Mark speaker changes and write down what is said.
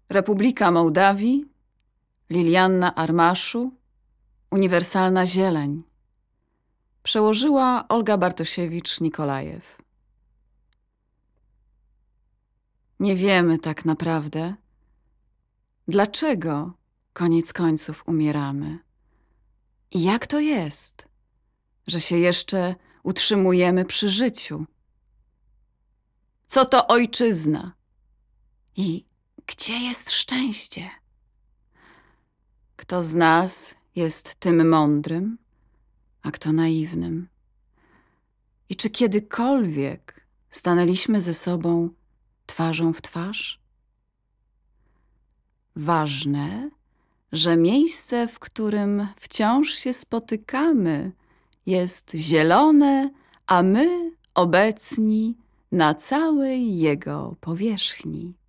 Speaker 1: Republika Mołdawii, Lilianna Armaszu, Uniwersalna Zieleń. Przełożyła Olga Bartosiewicz-Nikolajew. Nie wiemy tak naprawdę, dlaczego koniec końców umieramy i jak to jest, że się jeszcze utrzymujemy przy życiu. Co to ojczyzna i gdzie jest szczęście? Kto z nas jest tym mądrym, a kto naiwnym? I czy kiedykolwiek stanęliśmy ze sobą twarzą w twarz? Ważne, że miejsce, w którym wciąż się spotykamy, jest zielone, a my obecni na całej jego powierzchni.